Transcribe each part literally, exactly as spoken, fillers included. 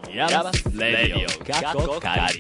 ヤマスレディオ過去仮。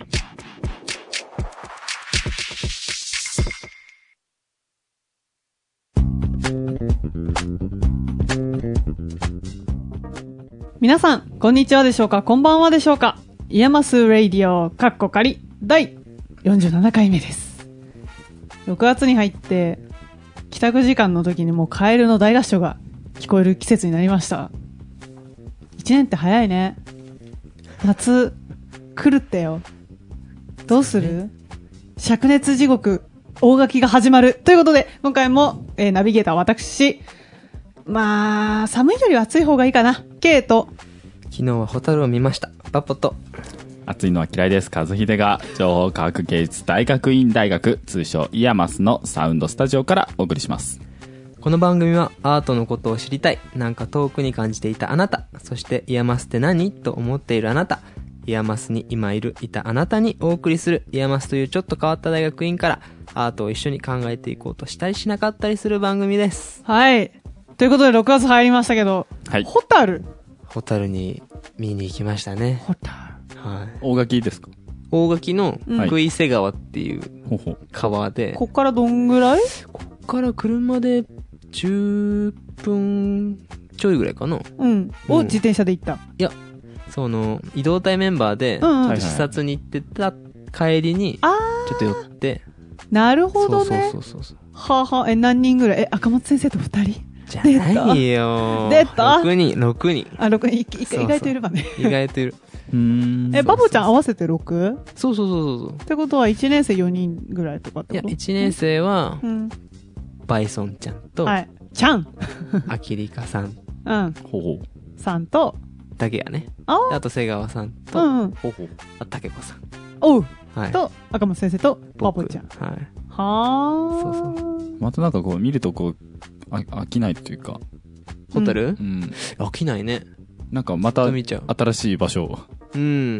皆さんこんにちはでしょうか、こんばんはでしょうか。イヤマスレディオカッコ仮だいよんじゅうななかいめです。ろくがつに入って帰宅時間の時にもうカエルの大合唱が聞こえる季節になりました。いちねんって早いね。夏来るってよ。どうする？灼熱地獄大垣が始まるということで、今回も、えー、ナビゲーターは私、まあ寒いよりは暑い方がいいかな、K と。 昨日はホタルを見ました、パポと。 暑いのは嫌いです、和秀が情報科学芸術大学院大学通称イヤマスのサウンドスタジオからお送りします。 この番組はアートのことを知りたい、なんか遠くに感じていたあなた、そしてイヤマスって何と思っているあなた、イヤマスに今いるいたあなたにお送りするイヤマスというちょっと変わった大学院からアートを一緒に考えていこうとしたりしなかったりする番組です。 はい、ということでろくがつ入りましたけど、 はい、 ホタルホタルに見に行きましたね。 ホタル、 はい、 大垣ですか？ 大垣の杭伊勢川っていう川で、 うん、こっからどんぐらい？ こっから車でじゅっぷんちょいぐらいかな。 うん。を自転車で行った。 いや、その移動隊メンバーで、うんうん、視察に行ってた帰りにちょっと寄って。 なるほどね。 そうそうそうそう。 はあ、はあ、え、何人ぐらい？え、赤松先生と二人？ じゃないよ。 出た。 ろくにん、ろくにん。 あ、ろくにん、意外といるわね。 意外といる。 うーん。 え、バボちゃん合わせて ろく？ そうそうそうそう。 ってことはいちねん生よにんぐらいとかってこと？ いや、いちねん生は、うん、バイソンちゃんと、 はい。ちゃんアキリカさん。 うん。 ほうほう。さんと、 だけやね。 ああと瀬川さんと、 うんうん。 ほうほう。あ、竹子さん。 おう。 はい。 と、赤松先生と、バボちゃん。 はい。 はー。 そうそう。 またなんかこう見るとこう、あ飽きないっていうか。 ホタル？ うん。 飽きないね。 なんかまた新しい場所。 うん。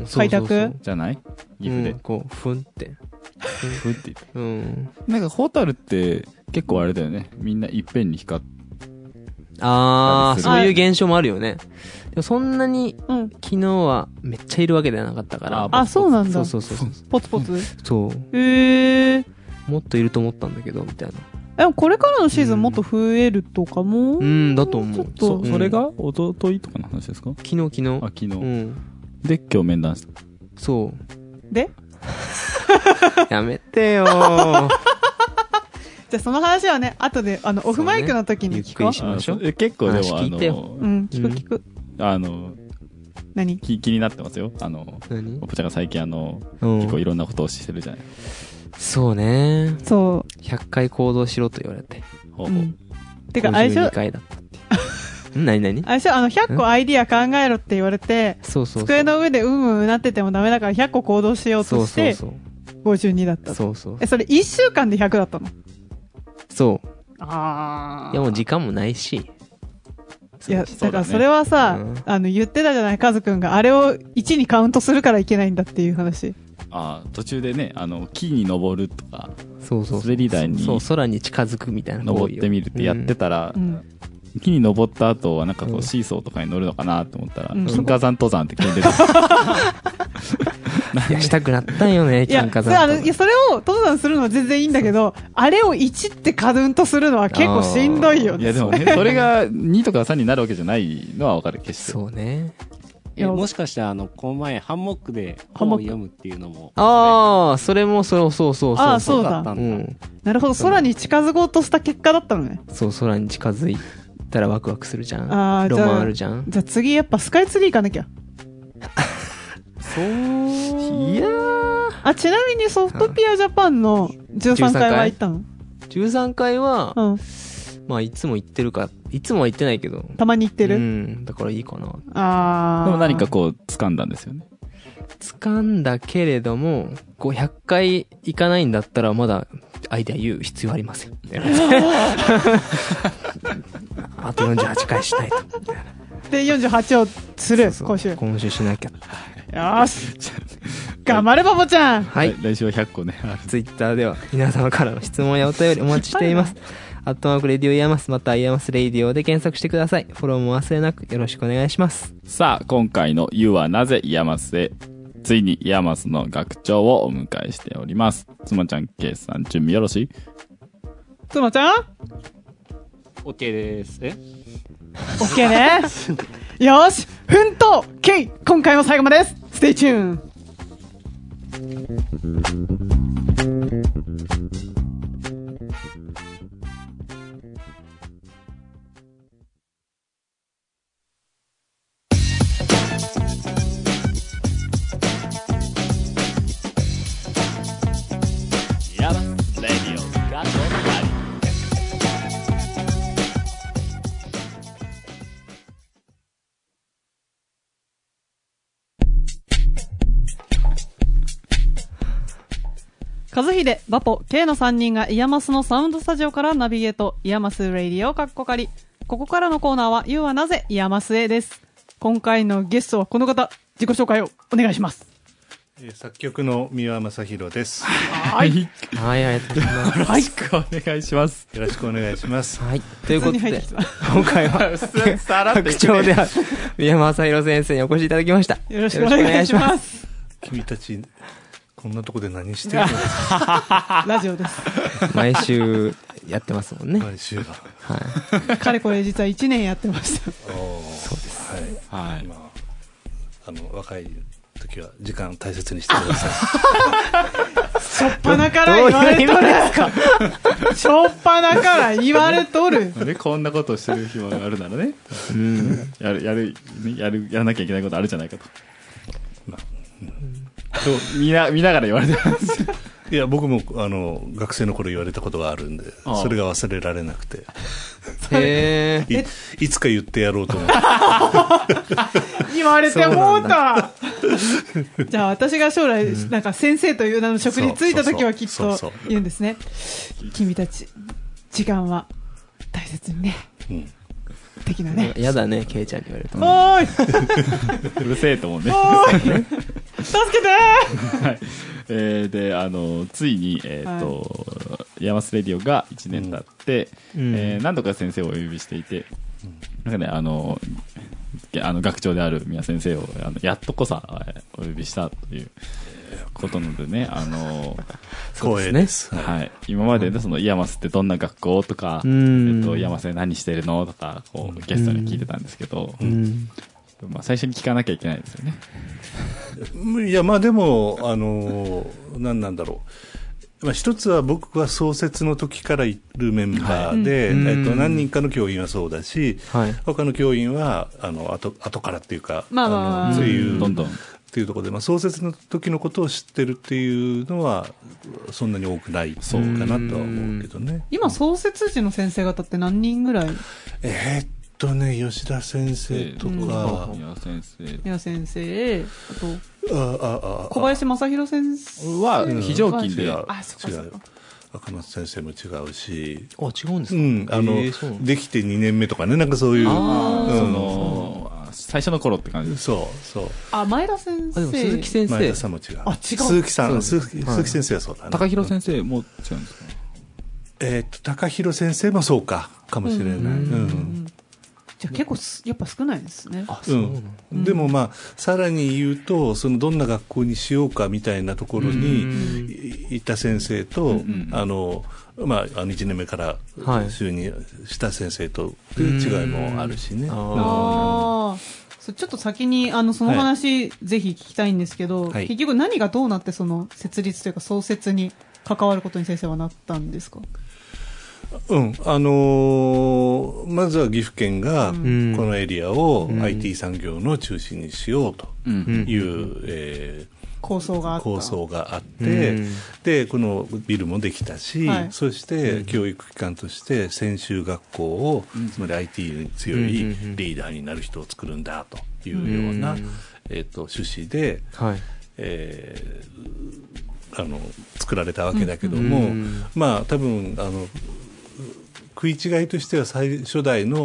開拓じゃない？岐阜で。 うん、こう、ふんって。 ふんって言って。 うん。 なんかホタルって結構あれだよね。みんないっぺんに光って。 あー、そういう現象もあるよね。でもそんなに、うん、昨日はめっちゃいるわけではなかったから。 あ、そうなんだ。 そうそうそう。 ポツポツ？ そう。 へー。 もっといると思ったんだけど、みたいな。 でもこれからのシーズンもっと増えるとかも？ うん、うん、だと思う。 そ、それがおとといとかの話ですか？ 昨日、昨日。 あ、昨日。 うん。 で、今日面談した。 そう。 でやめてよー。 じゃあその話はね、後で、あの、オフマイクの時に聞こう。 ゆっくりしましょう。 え、結構でもあの、 聞いてよ。 うん、聞く聞く。 あの、 何？ 気になってますよ。あの、 何？ おぽちゃんが最近あの、結構いろんなことをしてるじゃない。 そうね。 そう。 ひゃっかい行動しろと言われて。 ほうほう。 てか、相性。 ごじゅうにかいだったって。何何？ 相性、あの、ひゃっこアイディア考えろって言われて、 そうそう。 机の上でうんうんなっててもダメだからひゃっこ行動しようとして、そうそうそう。ごじゅうにだった。 そうそう。 え、それいっしゅうかんでひゃくだったの？ そう。 あー。 いやもう時間もないし。 いや、だからそれはさ、うん、あの、言ってたじゃない、カズくんが。あれをいちにカウントするからいけないんだっていう話。 ああ、途中でね、あの、木に登るとか、 そうそう。 滑り台に。 そう、空に近づくみたいな。 登ってみるってやってたら、うん、木に登った後はなんかこう、シーソーとかに乗るのかなと思ったら、うん、金華山登山って聞いてた。 いや、したくなったんよね、金華山。 いや、それを登山するのは全然いいんだけど、あれをいちってカウントするのは結構しんどいよね。 いや、でもね、それがにとかさんになるわけじゃないのはわかる、決して。 そうね。 え、もしかしてあの、この前、ハンモックで本を読むっていうのも。 ああ、それも、そうそうそうそう。 ああ、そうだ。うん。なるほど、空に近づこうとした結果だったのね。 そう、空に近づいたらワクワクするじゃん。ああ、ロマンあるじゃん。 じゃあ次やっぱスカイツリー行かなきゃ。 そう。いやー。 あ、ちなみにソフトピアジャパンのじゅうさんかいは行ったの？ じゅうさんかいは、うん。まあ、いつも行ってるか、いつもは行ってないけど。 たまに行ってる？ うん。だからいいかな。 あー。 でも何かこう、掴んだんですよね。 掴んだけれども、ごひゃっかい行かないんだったらまだアイデア言う必要ありません。あとよんじゅうはちかいしないと。 で、よんじゅうはちをする、そうそう今週。 今週しなきゃ。 よーし。頑張れ、バボちゃん。 はい。 来週はひゃっこね。 ツイッターでは皆様からの質問やお便りお待ちしています。 アットマークレディオイヤマスまたはイヤマスレイディオで検索してください。フォローも忘れなくよろしくお願いします。 さあ、今回の You はなぜイヤマスへ、ついにイヤマスの学長をお迎えしております。つまちゃん、ケイさん、準備よろしい？ つまちゃん OK です。え OK ね。よし、奮闘ケイ、今回も最後までです。ステイチューン。 ヤマスレディオ学校の旅。 和秀、バポ、K のさんにんがイヤマスのサウンドスタジオからナビゲート、イヤマスレイディオかっこかり。ここからのコーナーは、You はなぜイヤマスへです。今回のゲストはこの方、自己紹介をお願いします。 えー作曲の三輪正宏です。 はい。 はい、ありがとうございます。 よろしくお願いします。 よろしくお願いします。 はい。ということで普通に入ってき、た今回は、 普通にさらっと言って学長である、宮間正宏先生にお越しいただきました。 よろしくお願いします。 君たち、こんなとこで何してるのですか？ ラジオです。 毎週やってますもんね。 毎週は。 はい。 かれこれ実はいちねんやってました。 そうです。はい。 はい。 まあ、あの、若い時は時間大切にしてください。 しょっぱなから言われとるですか？しょっぱなから言われとる。 ね、こんなことをしてる暇があるならね、うん、やる、やる、やる、やらなきゃいけないことあるじゃないかと。 まあ、 と見な、見ながら言われてますよ。 いや、僕も、あの、学生の頃言われたことがあるんで、 ああそれが忘れられなくて、 へー。 い、いつか言ってやろうと思って。 言われてもうた。じゃあ私が将来、なんか先生という名の職に就いた時はきっとそうそうそう言うんですね。君たち、時間は大切にね。 うん的なね。 やだね、ケイちゃんに言われると。 おーい、 うるせえと思うね。 おーい、助けてはい。えー、で、あの、ついに、えっ、と、イヤマスレディオがいちねん経って、 うんえー何度か先生をお呼びしていて、なんかね、あの、あの学長である宮先生をあのやっとこさお呼びしたということなのでね、あの光栄です。 はい、今までね、そのイヤマスってどんな学校とか、 うんえっと、イヤマスで何してるのとかこうゲストに聞いてたんですけど、 うん。 まあ、最初に聞かなきゃいけないですよね。 いや、まあでも、あの、何なんだろう。まあ、一つは僕は創設の時からいるメンバーで、 はいえっと、 うん何人かの教員はそうだし、 はい。 他の教員は、あの、後、後からっていうか、 まあまあまあのそういう、 どんどんっていうところで、まあ、創設の時のことを知ってるっていうのは、そんなに多くないかなとは思うけどね。 今創設時の先生方って何人ぐらい？ えーっとね、吉田先生とか、 宮先生宮先生、あとあああ小林正弘先生は非常勤で、 違うあ、そっかそっ違うか。 赤松先生も違うし、 あ、違うんですか？ うん、あの、 へーそうなんだできてにねんめとかね、なんかそういう、 あーうんその最初の頃って感じです。 そうそう、 あ、前田先あ、でも生。 鈴木先生前田。さんも違う。 あ違う鈴木さん、 そう鈴木鈴木先生はそうだね。 高弘先生も違うんですか？ えーっと、高弘先生もそうか、かもしれない。うんじゃあ結構すやっぱ少ないですね。 あ、 うそうなの。 ん、でもまあさらに言うとそのどんな学校にしようかみたいなところにいいた先生と、 んあのまああのいちねんめからはい就任した先生とっていう違いもあるしね。 あああ。そうちょっと先にあのその話、ぜひ聞きたいんですけど、 はい結局何がどうなってその設立というか創設に関わることに先生はなったんですか？ うんあのーまずは岐阜県がこんのエリアをうんアイティー 産業の中心にしようとうんいう、えー構想があった。 構想があって、 うんでこのビルもできたし、 はいそして教育機関として専修学校を、つまり アイティー に強いリーダーになる人を作るんだというような、 うんえー、と趣旨で、 はい。 えーあの作られたわけだけども、 うんまあ多分あの食い違いとしては最初代の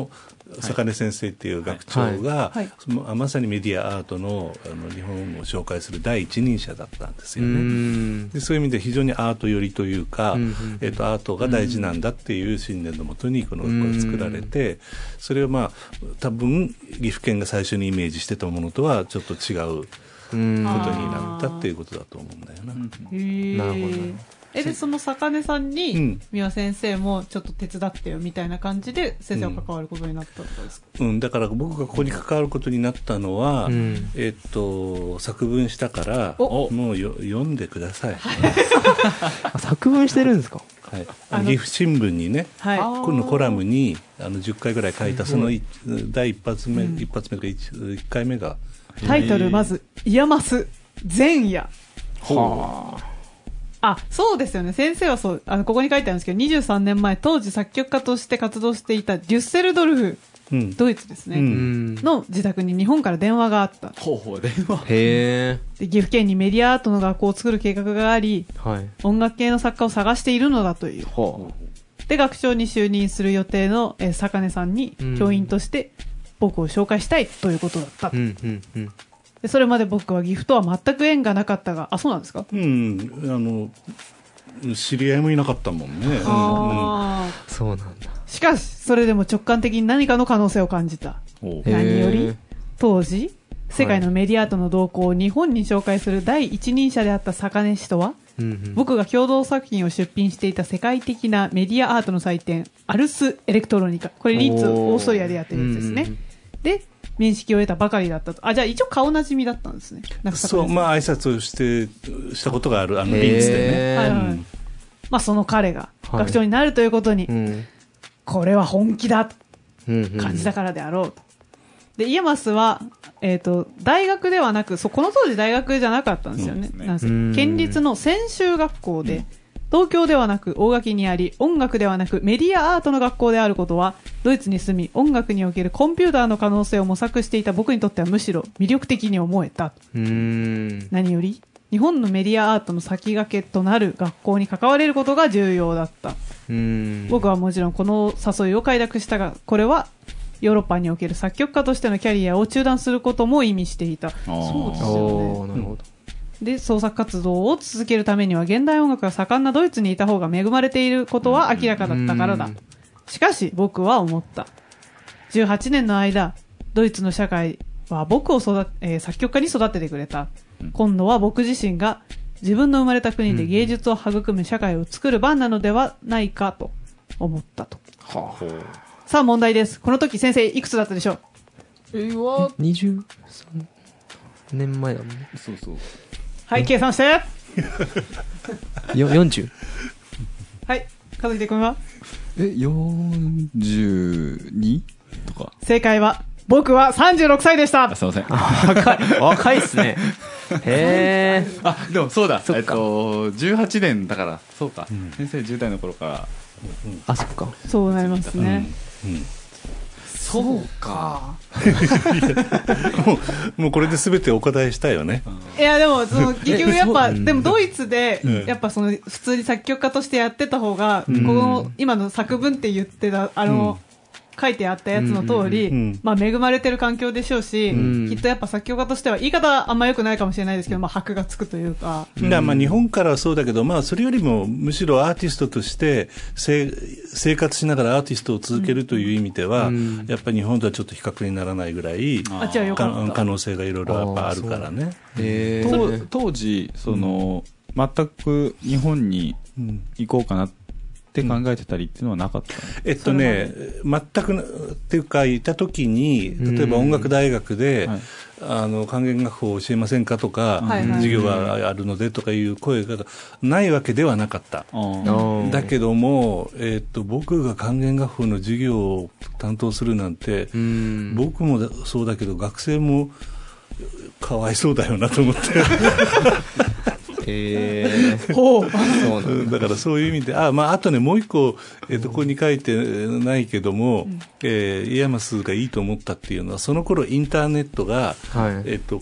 坂根先生っていう学長が、 はいそのまさにメディアアート の, あの日本を紹介する第一人者だったんですようね。 んでそういう意味で非常にアート寄りというか、 うんうんえっとアートが大事なんだっていう信念のもとにこの学校が作られて、それをまあ多分岐阜県が最初にイメージしてたものとはちょっと違うことうんになったっていうことだと思うんだよな。 へーなるほどねえでその坂根さんうにん三輪先生もちょっと手伝ってよみたいな感じで先生は関わることになったってことですか？ うん、だから僕がここに関わることになったのは、 うんえっと作文したからおもうよ読んでください。 あ作文してるんですか？ はい、 あの岐阜新聞にね、 はいこのコラムにあのじゅっかいぐらい書いたそのい第一発目、一発目とか一一回目が、 タイトルまず「イヤマス前夜」 はあ、そうですよね。先生はそう、あの、ここに書いてあるんですけど、にじゅうさんねんまえ、当時作曲家として活動していたデュッセルドルフ、 うんドイツですね、 うあ。うんん。 の自宅に日本から電話があった。 ほうほう電話へで岐阜県にメディアアートの学校を作る計画があり、 え。はい。 音楽系の作家を探しているのだという。 ほで、学長に就任する予定の、えー坂根さんにうん教員として僕を紹介したいということだった。 うんうんうん。 でそれまで僕は岐阜とは全く縁がなかったが、あ、そうなんですか？ うん、あの知り合いもいなかったもんね。 あーそうなんだ。 しかし、それでも直感的に何かの可能性を感じた。 うほうへー何より当時世界のメディアアートの動向を日本に紹介する第一人者であった坂根氏とは、 うんうん。 僕が共同作品を出品していた世界的なメディアアートの祭典アルス・エレクトロニカ、これリッツおーオーストリアでやってるやつですね、 うんうんで面識を得たばかりだったと。あ、じゃあ一応顔なじみだったんですね。なんかそう、まあ挨拶をしてしたことがある、あのリンツでね。 へーはいはいうんまあその彼がはい学長になるということに、 うん。 これは本気だとうんうん。 感じたからであろうと。で、イエマスは、えっ、と、大学ではなく、そう、この当時大学じゃなかったんですよね。 そうですねなんですようん県立の専修学校で、東京ではなく大垣にあり、音楽ではなくメディアアートの学校であることは、ドイツに住み、音楽におけるコンピューターの可能性を模索していた僕にとってはむしろ魅力的に思えた。 うーん。 何より、日本のメディアアートの先駆けとなる学校に関われることが重要だった。 うーん。 僕はもちろんこの誘いを快諾したが、これはヨーロッパにおける作曲家としてのキャリアを中断することも意味していた。そうですよおー、 ね。 なるほど。 で、創作活動を続けるためには現代音楽が盛んなドイツにいた方が恵まれていることは明らかだったからだうん。 しかし僕は思った。じゅうはちねんの間、ドイツの社会は僕を育て、えー作曲家に育ててくれた。今度は僕自身が自分の生まれた国で芸術を育む社会を作る番なのではないかと思ったと。 はあさあ問題です。この時先生いくつだったでしょう？ えはにじゅうさんねんまえだもんね。 そうそうはい、計算して。 よ、よんじゅう。 はい、数えてくんはえよんじゅうにとか正解は、僕はさんじゅうろくさいでしたあ。すいません若い、若いっすね。へえ。 あでもそうだそっかえっとじゅうはちねんだからそうか、先生じゅう代の頃からあ、そっか。 そうなりますね。 うんそうかもうもうこれで全てお答えしたよね。 いや、でも、その、結局やっぱ、 えそうでもドイツでうん、 やっぱその、普通に作曲家としてやってた方が、この、今の作文って言ってた、あの、書いてあったやつの通り、 うんうんまあ恵まれてる環境でしょうし、 んきっとやっぱ作曲家としては、言い方はあんま良くないかもしれないですけど、まあ箔がつくというか、 だからまあ日本からはそうだけど、まあそれよりもむしろアーティストとしてせ生活しながらアーティストを続けるという意味では、 うんやっぱり日本とはちょっと比較にならないぐらい、 あ、じゃあよかかった。 可能性がいろいろやっぱあるからね。 へ当え。 当時その、全く日本にうん行こうかなって考えてたりっていうのはなかったの、 えっとね、全くな、っていうか、いたときに、例えば音楽大学で、 はいあの、管弦楽譜を教えませんかとか、 はいはい授業があるのでとかいう声がないわけではなかった。 あーだけども、えっと、僕が管弦楽譜の授業を担当するなんて、 うん。 僕もそうだけど、学生もかわいそうだよなと思って。 へえ。 ほう。 そうなんだ。 だからそういう意味で、あ、まあ、あとね、もう一個、えっと、ここに書いてないけども、えーイヤマスがいいと思ったっていうのは、その頃インターネットが、 はい。 えっと、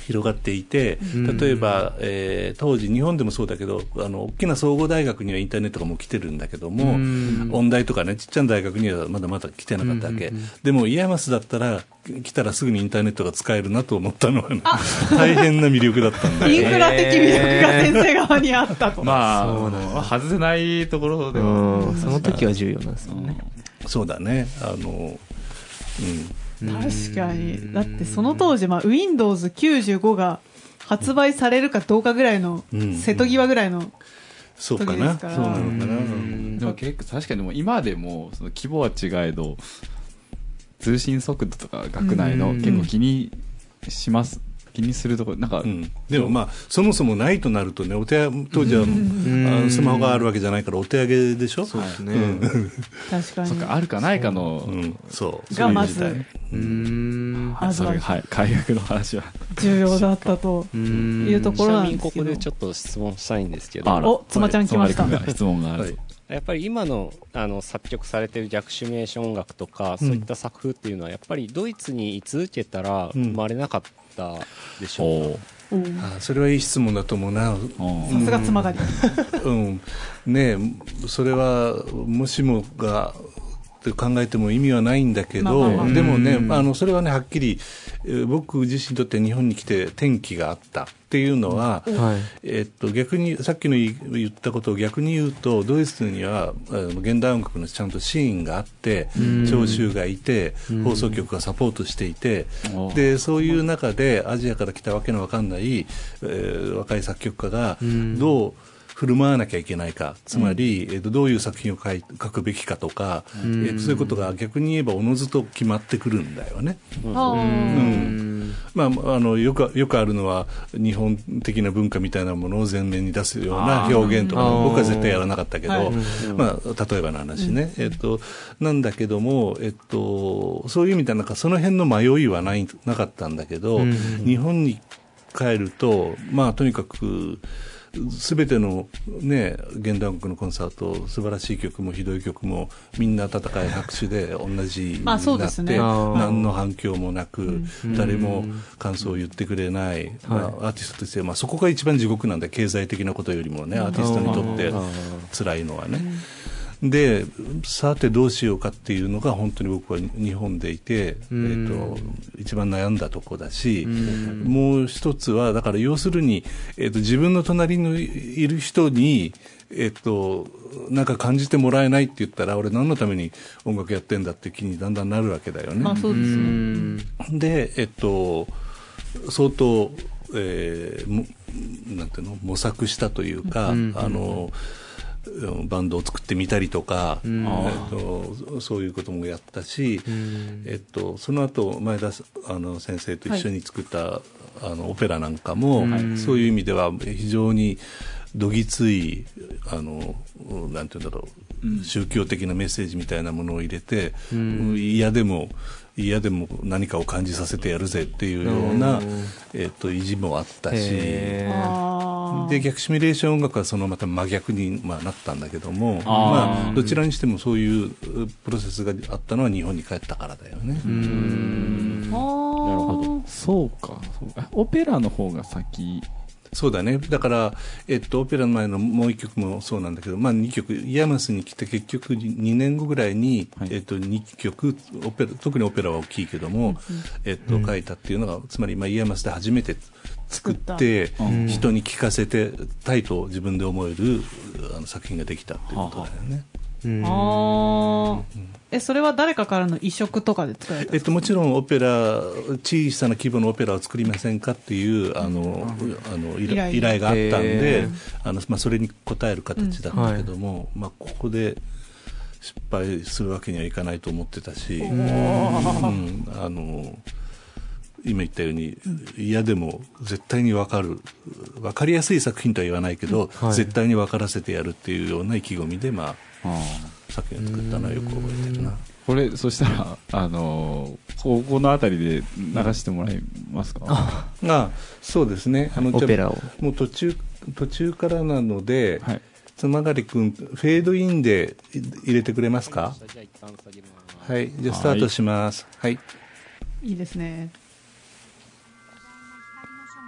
広がっていて、 ん例えば、えー当時日本でもそうだけど、あの大きな総合大学にはインターネットがもう来てるんだけども、 うん音大とかね、ちっちゃな大学にはまだまだ来てなかったわけ、 うんうんうんでもイヤマスだったら来たらすぐにインターネットが使えるなと思ったのは、ね、大変な魅力だったんだよ。 インフラ的魅力が先生側にあったと。 まあ、 そうなんだ外せないところでは、 うんその時は重要なんですよね。 そうだね。あの、うん。 確かに。だってその当時、まあ、ウィンドウズきゅうじゅうご が発売されるかどうかぐらいの、 うん瀬戸際ぐらいの、 そうかな。 時ですからそうなのかな。 うんでも結構確かにもう今でもその規模は違えど通信速度とか学内のうん結構気にします、気にするところなんか、 うん、でもまあそもそもないとなるとね、お手当当時はあのスマホがあるわけじゃないからお手上げでしょ。 そうですね。 確かに。 そっかあるかないかの、 うん、そうがまずそういう時代うーん。 はい、それはい開学の話は重要だったとうーんいうとこちなみにろなんですけど。 ここでちょっと質問したいんですけど、 らお妻ちゃん来ましたはいつまり君が質問があると、 はいやっぱり今のあの作曲されている逆シミュレーション音楽とか、そういった作風っていうのはやっぱりドイツに居続けたらうん生まれなかったでしょうおか、 ーうんあそれはいい質問だと思うな。 おーさすが妻狩り。 うん、ねえ、それはもしもがって考えても意味はないんだけど、 まあまあまあでもね、 うんあのそれはねはっきり、えー僕自身にとって日本に来て転機があったっていうのは、 はい。 えっと、逆にさっきの言い言ったことを逆に言うと、ドイツにはあの現代音楽のちゃんとシーンがあってうん聴衆がいてうん放送局がサポートしていて、 おでそういう中でアジアから来たわけのわかんない、えー若い作曲家がうんどう振る舞わなきゃいけないか、つまり、えーとどういう作品を書い書くべきかとか、 うんえーとそういうことが逆に言えばおのずと決まってくるんだよね。 あうーん。 まあ、あのよくよくあるのは日本的な文化みたいなものを前面に出すような表現とか、 あー僕は絶対やらなかったけど、 はいまあ、例えばの話ね、えっと、なんだけども、えっと、そういう意味ではなんかその辺の迷いはないなかったんだけど、 うん日本に帰ると、まあ、とにかくすべての、ね、現代音楽のコンサート、素晴らしい曲もひどい曲もみんな温かい拍手で同じにまあそうなって、 ですね何の反響もなく、 うん誰も感想を言ってくれない、まあはいアーティストとして、まあ、そこが一番地獄なんだ、経済的なことよりもね、アーティストにとって辛いのはね。でさてどうしようかっていうのが本当に僕は日本でいて、 うんえー、と一番悩んだとこだし、 うんもう一つはだから要するに、えー、と自分の隣にいる人に、えー、となんか感じてもらえないって言ったら俺何のために音楽やってんだって気にだんだんなるわけだよね。 まあそううですね。 ん。 で、えっと、相当、えーもなんていうの模索したというか、 うんあのバンドを作ってみたりとか、 うんえっと、そういうこともやったし、 うんえっと、その後前田あの先生と一緒に作った、あのオペラなんかも、 はいそういう意味では非常にどぎついあのなんていうんだろう、 うん宗教的なメッセージみたいなものを入れて、 うん嫌でも嫌でも何かを感じさせてやるぜっていうような、 うんえっと、意地もあったし。 へーあーで逆シミュレーション音楽はそのまた真逆に、まあ、なったんだけども、 あーまあ、どちらにしてもそういうプロセスがあったのは日本に帰ったからだよね。 うん。 あーそうかそうかオペラの方が先そうだね。だから、えっと、オペラの前のもう一曲もそうなんだけど、まあにきょく、イヤマスに来て結局にねんごぐらいに、 はいえっと、にきょく、オペラ、特にオペラは大きいけども、えっと、書いたっていうのが、つまり、まあ、イヤマスで初めて作って作ったうん人に聴かせてたいと自分で思えるあの作品ができたっていうことだよね。 うんあーえ、それは誰かからの移植とかで作られたんえっと、 ですか？ もちろんオペラ小さな規模のオペラを作りませんかっていうあの、あの依依頼頼依頼があったんへでーあの、まあ、それに応える形だったけども、まあ、ここで失敗するわけにはいかないと思ってたし、うんあの今言ったように嫌でも絶対に分かる分かりやすい作品とは言わないけど、 はい絶対に分からせてやるっていうような意気込みで、まあ、 あ作品を作ったのはよく覚えてるな。 これそしたらあのここのあたりで流してもらえますか？ あそうですね。あのオペラを。 もう途中途中からなので、 はいつまがりくんフェードインで入れてくれますか？ じゃあ一旦下げます。 はい、じゃあスタートします。はい。 いいですね。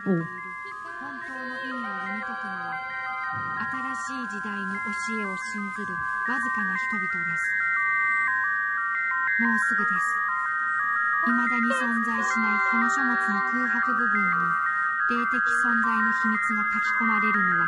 おう本当の意味を読み解くのは新しい時代の教えを信ずるわずかな人々です。もうすぐです。未だに存在しないこの書物の空白部分に霊的存在の秘密が書き込まれるのは、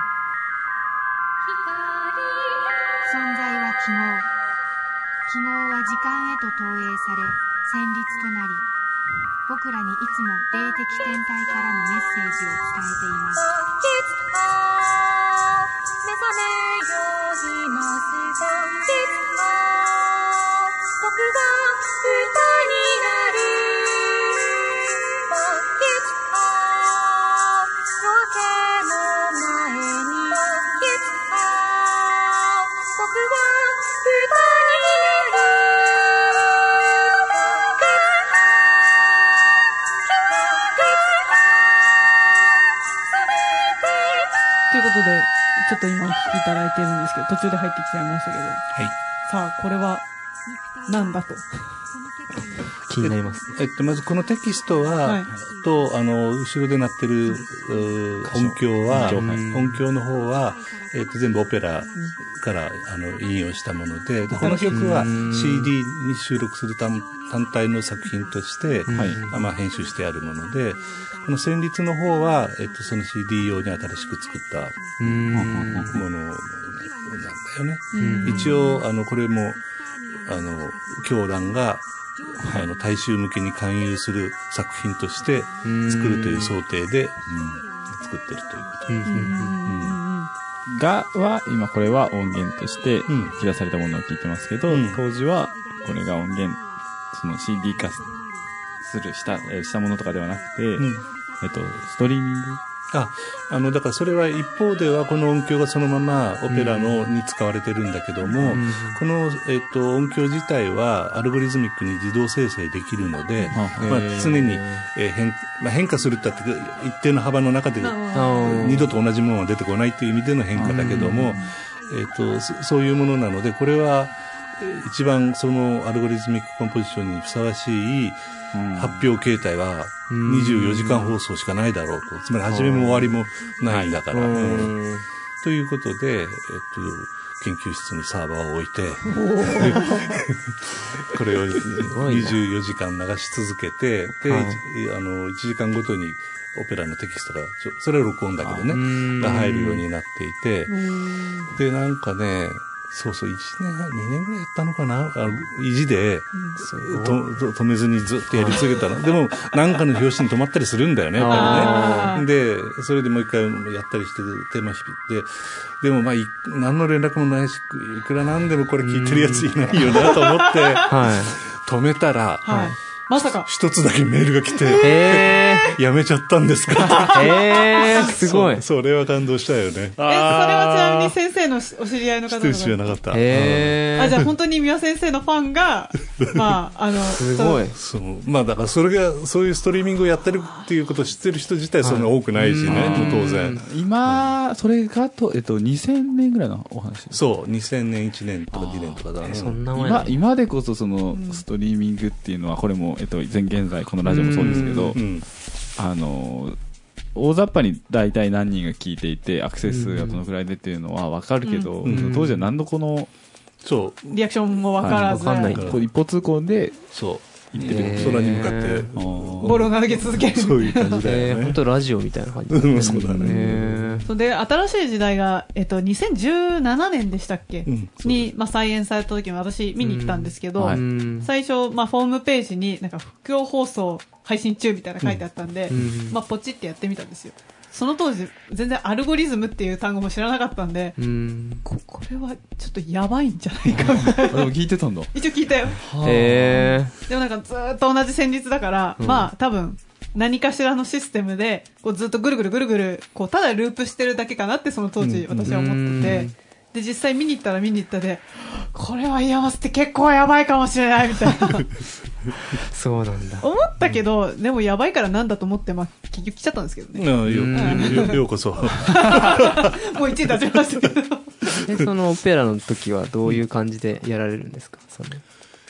存在は記号、記号は時間へと投影され旋律となり、僕らにいつも霊的天体からのメッセージを伝えています。いつか目覚めよいますが、いつか僕は歌になるわ。いつか夜明けの前には、いつか僕は歌になるということで、ちょっと今お聞きいただいてるんですけど、途中で入ってきちゃいましたけど。はい。さあ、これは、なんだと。 気になります。 えっと、まずこのテキストは、はい、と、あの、後ろで鳴ってる、音響は、音響の方は、えっと、全部オペラから、あの、引用したもので、でこの曲は シーディー に収録する単単体の作品として、はい、まあ、編集してあるもので、この旋律の方は、えっと、その シーディー 用に新しく作ったものなんだよね。一応、あの、これも、あの、狂乱が、あの、大衆向けに勧誘する作品として作るという想定で、作ってるということですね。 がは、今これは音源として引き出されたものを聞いてますけど、うん、当時はこれが音源、その シーディー 化する、した、したものとかではなくて、うん、えっと、ストリーミングあ、あの、だからそれは一方ではこの音響がそのままオペラのに使われてるんだけども、うん、この、えっと、音響自体はアルゴリズミックに自動生成できるので、まあ、常に、えー変まあ、変化するって言ったって一定の幅の中で二度と同じものが出てこないという意味での変化だけども、えっと、そういうものなので、これは一番そのアルゴリズミックコンポジションにふさわしい発表形態はにじゅうよじかん放送しかないだろうと。つまり始めも終わりもないんだから。うん、ということで、えっと、研究室にサーバーを置いて、これをにじゅうよじかん流し続けて、で、はい、あの、いちじかんごとにオペラのテキストが、それは録音だけどね、が入るようになっていて、で、なんかね、そうそう、いちねんはん、にねんぐらいやったのかな、あの意地で、うん、と止めずにずっとやり続けたの。でも、なんかの表紙に止まったりするんだよね、やっぱりね。で、それでもう一回やったりして、テーマ引いて、でもまあ、何の連絡もないし、いくらなんでもこれ聞いてるやついないよなと思って、はい、止めたら、はいまさか。 一つだけメールが来て、えー、やめちゃったんですかえー、すごい。 それは感動したよね。え、それはちなみに先生のお知り合いの方の知らなかった。 えー、あ、じゃあ本当に三輪先生のファンが、まあ、あの、 すごい。 そう。まあだからそれが、そういうストリーミングをやってるっていうことを知ってる人自体そんな多くないしね、はい、当然。 今、それがと、えっと、にせんねんぐらいのお話。 そう、にせんねん、いちねんとかにねんとかだね。 そんな前今、今でこそその、ストリーミングっていうのは、これも、えっと、前現在このラジオもそうですけど、うん、あの大雑把に大体何人が聞いていてアクセス数がどのくらいでっていうのは分かるけど、うん、当時は何のこのそうリアクションも分からず、 はい、分かんない一方通行でそう行ってる空に向かってボールを投げ続けるそういう感じだよね。 本当ラジオみたいな感じ、 うん、そうだね。 それで新しい時代が、えっと、にせんじゅうななねんでしたっけ、うん、に、まあ、再演された時に私見に行ったんですけど、うんはい、最初、まあ、フォームページになんか副業放送配信中みたいな書いてあったんで、うんまあ、ポチってやってみたんですよ。その当時全然アルゴリズムっていう単語も知らなかったんで、うんこ, これはちょっとやばいんじゃないかみたいな。 でも聞いてたんだ。 一応聞いたよ。 へー。 でもなんかずーっと同じ旋律だから、うん、まあ多分何かしらのシステムでこうずっとぐるぐるぐるぐるこうただループしてるだけかなってその当時私は思ってて、で実際見に行ったら見に行ったでこれはイヤマスって結構やばいかもしれないみたいなそうなんだ思ったけど、でもやばいからなんだと思って、まあ、結局来ちゃったんですけどね。 よ, よ, ようこそもういちねん経ちましたけどでそのオペラの時はどういう感じでやられるんですか？その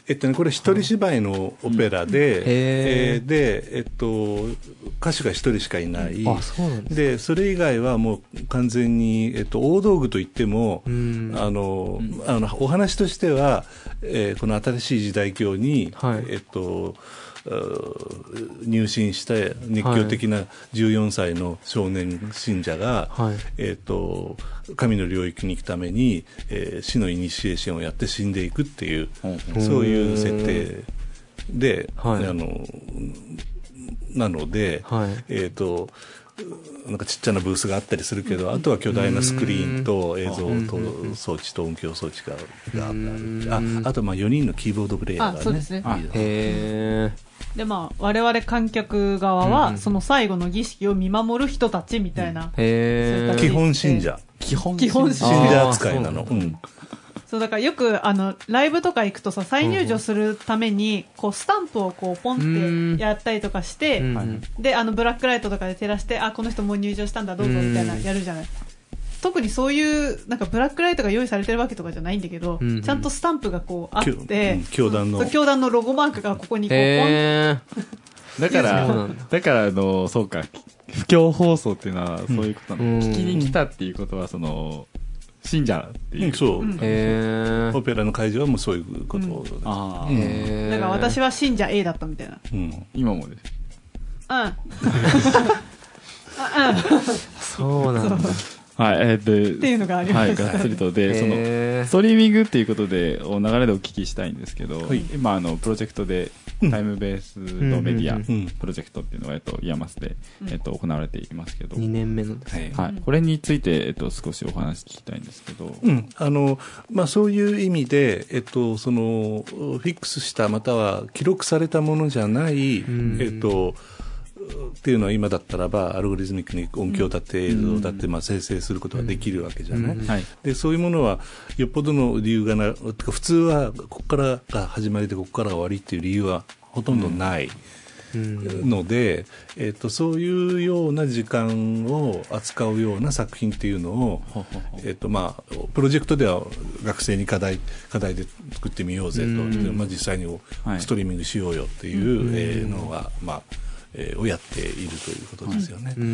えっとね、これ一人芝居のオペラで、うん、えー、で、えっと、歌手が一人しかいない。 あ、そうなんですか。 で、それ以外はもう完全に、えっと、大道具といっても、うん、あの、うん、あの、お話としては、えー、この新しい時代教に、はい、えっと、入信した熱狂的なじゅうよんさいの少年信者が、はい、えーと、神の領域に行くために、えー、死のイニシエーションをやって死んでいくっていう、うん、そういう設定で、はい、あのなので、はい、えーとなんかちっちゃなブースがあったりするけど、あとは巨大なスクリーンと映像と装置と音響装置があったり、ああとまあよにんのキーボードプレイヤーがね。あ、そうですね。 へー。でまあ我々観客側はその最後の儀式を見守る人たちみたいな。 へー。基本信者。 基本信者扱いなの。うん。 そうだからよくあのライブとか行くとさ、再入場するためにこうスタンプをこうポンってやったりとかして、であのブラックライトとかで照らして、あこの人もう入場したんだどうぞみたいなやるじゃない。特にそういうなんかブラックライトが用意されてるわけとかじゃないんだけど、うんうん、ちゃんとスタンプがこうあって、 教団の教団のロゴマークがここにこうポンだからだからあのそうか、布教放送っていうのはそういうことなの、うん、聞きに来たっていうことはその信者っていう、うん、 そう、うん、へオペラの会場はもうそういうこと、うん、 ああ、へだから私は信者 A だったみたいな、 うん、今もですうんうんそうなんだはい、えー、でっていうのがあります。はい、がっつりとで、そのストリーミングっていうことでお流れでお聞きしたいんですけど、はい、今あのプロジェクトでタイムベースのメディアプロジェクトっていうのがえっとイヤマスでえっと行われていますけど、 にねんめのですね。 はい、これについてえっと少しお話聞きたいんですけど、 うん、あのまあそういう意味でえっとそのフィックスしたまたは記録されたものじゃない、うん、えっとっていうのは今だったらばアルゴリズミックに音響だって映像だってまあ生成することができるわけじゃない、うんうんはい、でそういうものはよっぽどの理由がな普通はここからが始まりでここからが終わりっていう理由はほとんどないので、うんえー、とそういうような時間を扱うような作品っていうのを、えーとまあ、プロジェクトでは学生に課題課題で作ってみようぜと、うんまあ、実際にストリーミングしようよっていう、はいえー、のがまあえー、をやっているということですよね。うん、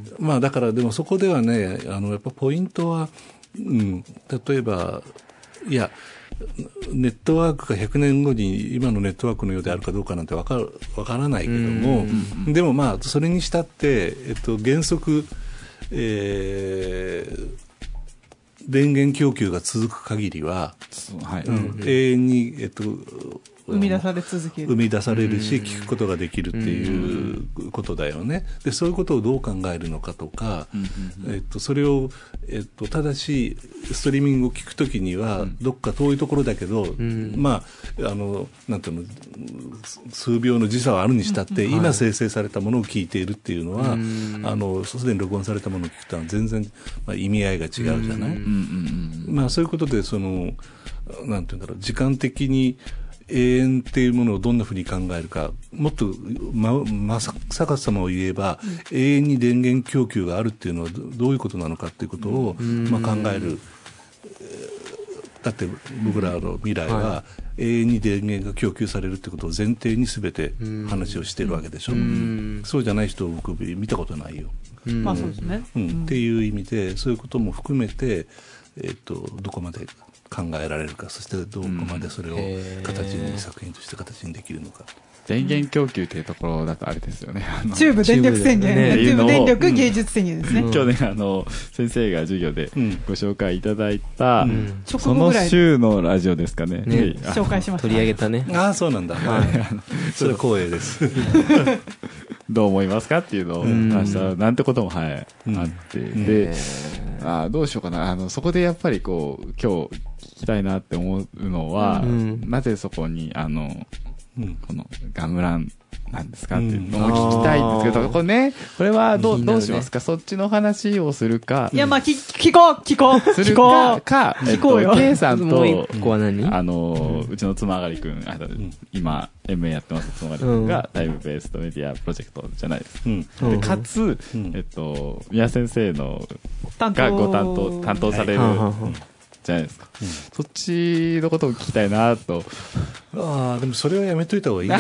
まあだからでもそこではね、あのやっぱポイントは、うん、例えばいやネットワークがひゃくねんごに今のネットワークのようであるかどうかなんてわかるわからないけども、でもまあそれにしたって、えっと、原則、えー、電源供給が続く限りは、はいうん、永遠にえっと生み出され続ける生み出されるし聞くことができるっていうことだよね。でそういうことをどう考えるのかとか、えっと、それを、えっと、ただしストリーミングを聞くときにはどっか遠いところだけど、まああのなんていうの数秒の時差はあるにしたって、今生成されたものを聞いているっていうのは、あのすでに録音されたものを聞くとは全然、まあ、意味合いが違うじゃない。まあそういうことでそのなんていうんだろう時間的に永遠っていうものをどんなふうに考えるか、もっとま、まさかさまを言えば、うん、永遠に電源供給があるっていうのはどういうことなのかっていうことを、まあ、考える。だって僕らの未来は永遠に電源が供給されるってことを前提に全て話をしているわけでしょ。うそうじゃない人を僕見たことないよ。 まあそうですね。 うん、っていう意味でそういうことも含めて、えー、とどこまで考えられるか、そしてどこまでそれを形に、うん、作品として形にできるのか。 電源供給っていうところだとあれですよね。あの中部電力宣言、ね、中部電力芸術宣言ですね。 うん、去年あの先生が授業でご紹介いただいた、うん、その週のラジオですかね。ね紹介しました。 取り上げたね。 ああそうなんだ。はい、それは光栄です。 どう思いますかっていうのを話したなんてことも、はい、うん、あって、うん、で、あどうしようかな、あのそこでやっぱりこう今日聞きたいなって思うのは、うん、なぜそこにあの、うん、このガムランなんですかっていうのを聞きたいんですけど、うん、これね、これはどう、どうしますか、そっちの話をするか。 いや、まあ、聞、聞こう聞こうするか、か、 聞こうよ。 K さんと、 もう一個は何あの、うん、うちの妻狩りくん、あの、うん、今、エムエー やってます妻狩りくんが、タイムベースとメディアプロジェクトじゃないですか。うん、で、かつ、うん、えっと、宮先生の、がご担当、担当される、 じゃないですか。うん、そっちのことを聞きたいなと。 ああ、でもそれはやめといた方がいい。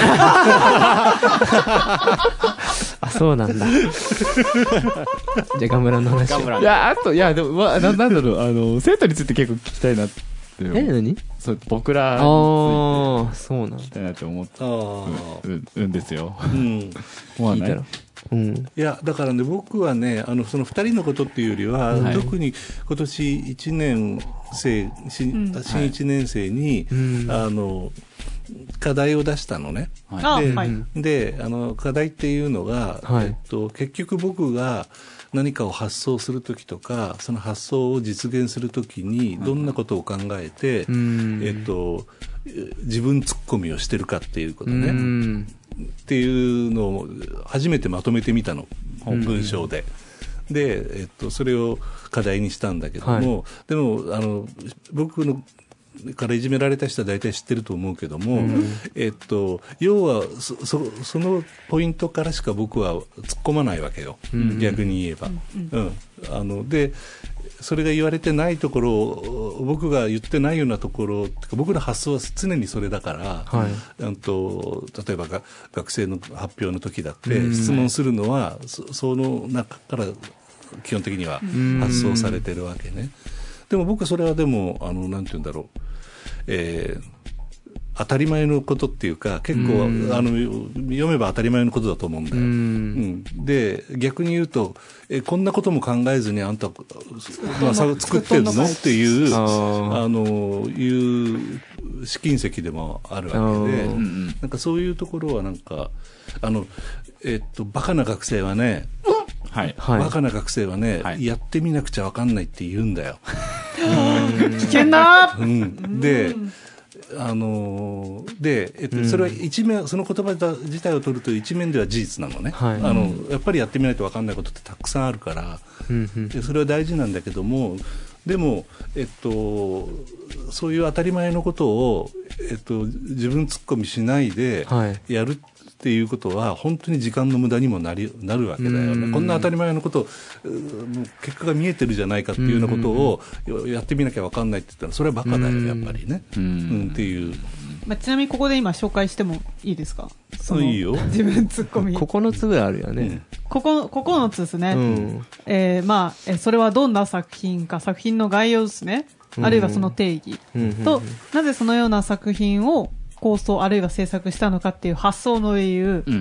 あ、そうなんだ。じゃあガムラの話。ガムラ。 いや、あと、いや、でも、まあ、な、なんだろう、あの、生徒について結構聞きたいなって。 え、何？ そう、僕らについて。 ああ、そうなんだ。 聞きたいなって思ったうんですよ。 うん。 思わない？ うん、 いやだからね僕はねあのそのふたりのことっていうよりは、はい、特に今年いちねん生新、うん、新いちねん生に、はい、あの課題を出したのね、はい、で、はい、であの課題っていうのが、はいえっと、結局僕が何かを発想するときとかその発想を実現するときにどんなことを考えて、はいえっと、自分ツッコミをしてるかっていうことね、うんっていうのを初めてまとめてみたの、文章で。で、えっと、それを課題にしたんだけども、はい、でも、あの、僕のからいじめられた人は大体知ってると思うけども、うん、えっと、要はそ、そ、そのポイントからしか僕は突っ込まないわけよ。うん、逆に言えば。うん。あの、で、それが言われてないところを僕が言ってないようなところ僕の発想は常にそれだから、はい、うんと例えばが学生の発表の時だって質問するのは そ, その中から基本的には発想されてるわけね。でも僕はそれはでもあのなんて言うんだろう、えー当たり前のことっていうか結構あの読めば当たり前のことだと思うんだよ。うん、で逆に言うとえこんなことも考えずにあんた、まあ、作ってるのっていうあのいう試金石でもあるわけでなんかそういうところはなんかあの、えっと、バカな学生はね、はい、バカな学生はね、はい、やってみなくちゃ分かんないって言うんだよ。 危険だ、 うん、であので、えっと、それは一面その言葉自体を取ると一面では事実なのね、はい、あのやっぱりやってみないと分かんないことってたくさんあるから、うん、でそれは大事なんだけどもでも、えっと、そういう当たり前のことを、えっと、自分突っ込みしないでやるっていうことは本当に時間の無駄にもなり、なるわけだよね。こんな当たり前のこと結果が見えてるじゃないかっていうようなことをやってみなきゃ分かんないって言ったらそれはバカだよやっぱりね、うん、っていう、 まあ、ちなみにここで今紹介してもいいですか？ そういいよ。 自分ツッコミここのつぐらいあるよね、うん、ここここのつですね、うんえー、まあそれはどんな作品か作品の概要ですね、あるいはその定義、うん、となぜそのような作品を構想あるいは制作したのかっていう発想の理由、うんうん、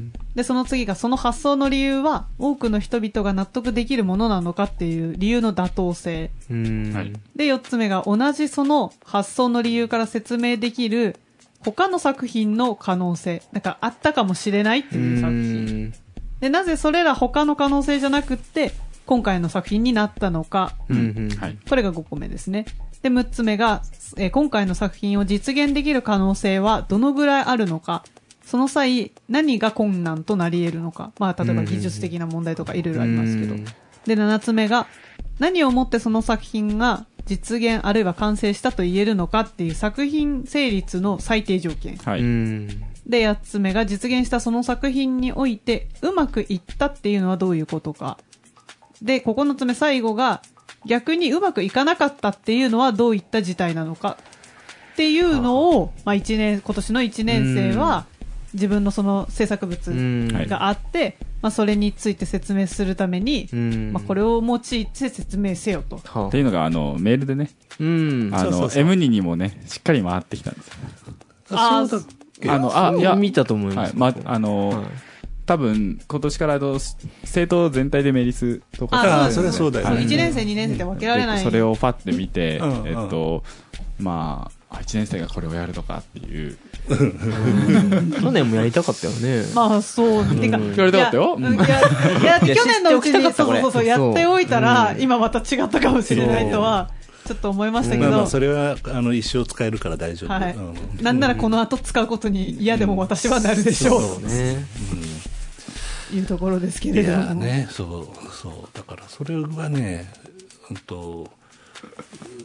でその次がその発想の理由は多くの人々が納得できるものなのかっていう理由の妥当性、うんはい、でよっつめが同じその発想の理由から説明できる他の作品の可能性なんかあったかもしれないっていう作品でなぜそれら他の可能性じゃなくって今回の作品になったのか、うんうんはい、これがごこめですね。でむっつめが、えー、今回の作品を実現できる可能性はどのぐらいあるのか、その際何が困難となり得るのか、まあ、例えば技術的な問題とかいろいろありますけど、でななつめが何をもってその作品が実現あるいは完成したと言えるのかっていう作品成立の最低条件、はい、でやっつめが実現したその作品においてうまくいったっていうのはどういうことかでここのつめ最後が逆にうまくいかなかったっていうのはどういった事態なのかっていうのを、まあ、一年今年のいちねん生は自分のその制作物があって、まあ、それについて説明するために、まあ、これを用いて説明せよと。 っていうのがあのメールでね、うんあのそうそうそう エムツー にもねしっかり回ってきたんですよ。 あそうだっけ？ あのあいや見たと思います。 はいまあのはい多分今年から生徒全体でメリスとかあそれはそうだよね、 はい、いちねん生にねん生で分けられないそれをファって見て、うんうん、えっとまあいちねん生がこれをやるとかっていう去年もやりたかったよね。 まあそう、うん、てかやりたかったよ。いやいや去年のうちにそうそうそうやっておいたら、うん、今また違ったかもしれないとはちょっと思いましたけど、まあ、まあそれはあの一生使えるから大丈夫、はいうん、なんならこの後使うことに嫌でも私はなるでしょう、うん、そうね、うん、いうところですけれども、いやね、そうそうだからそれはね、うんと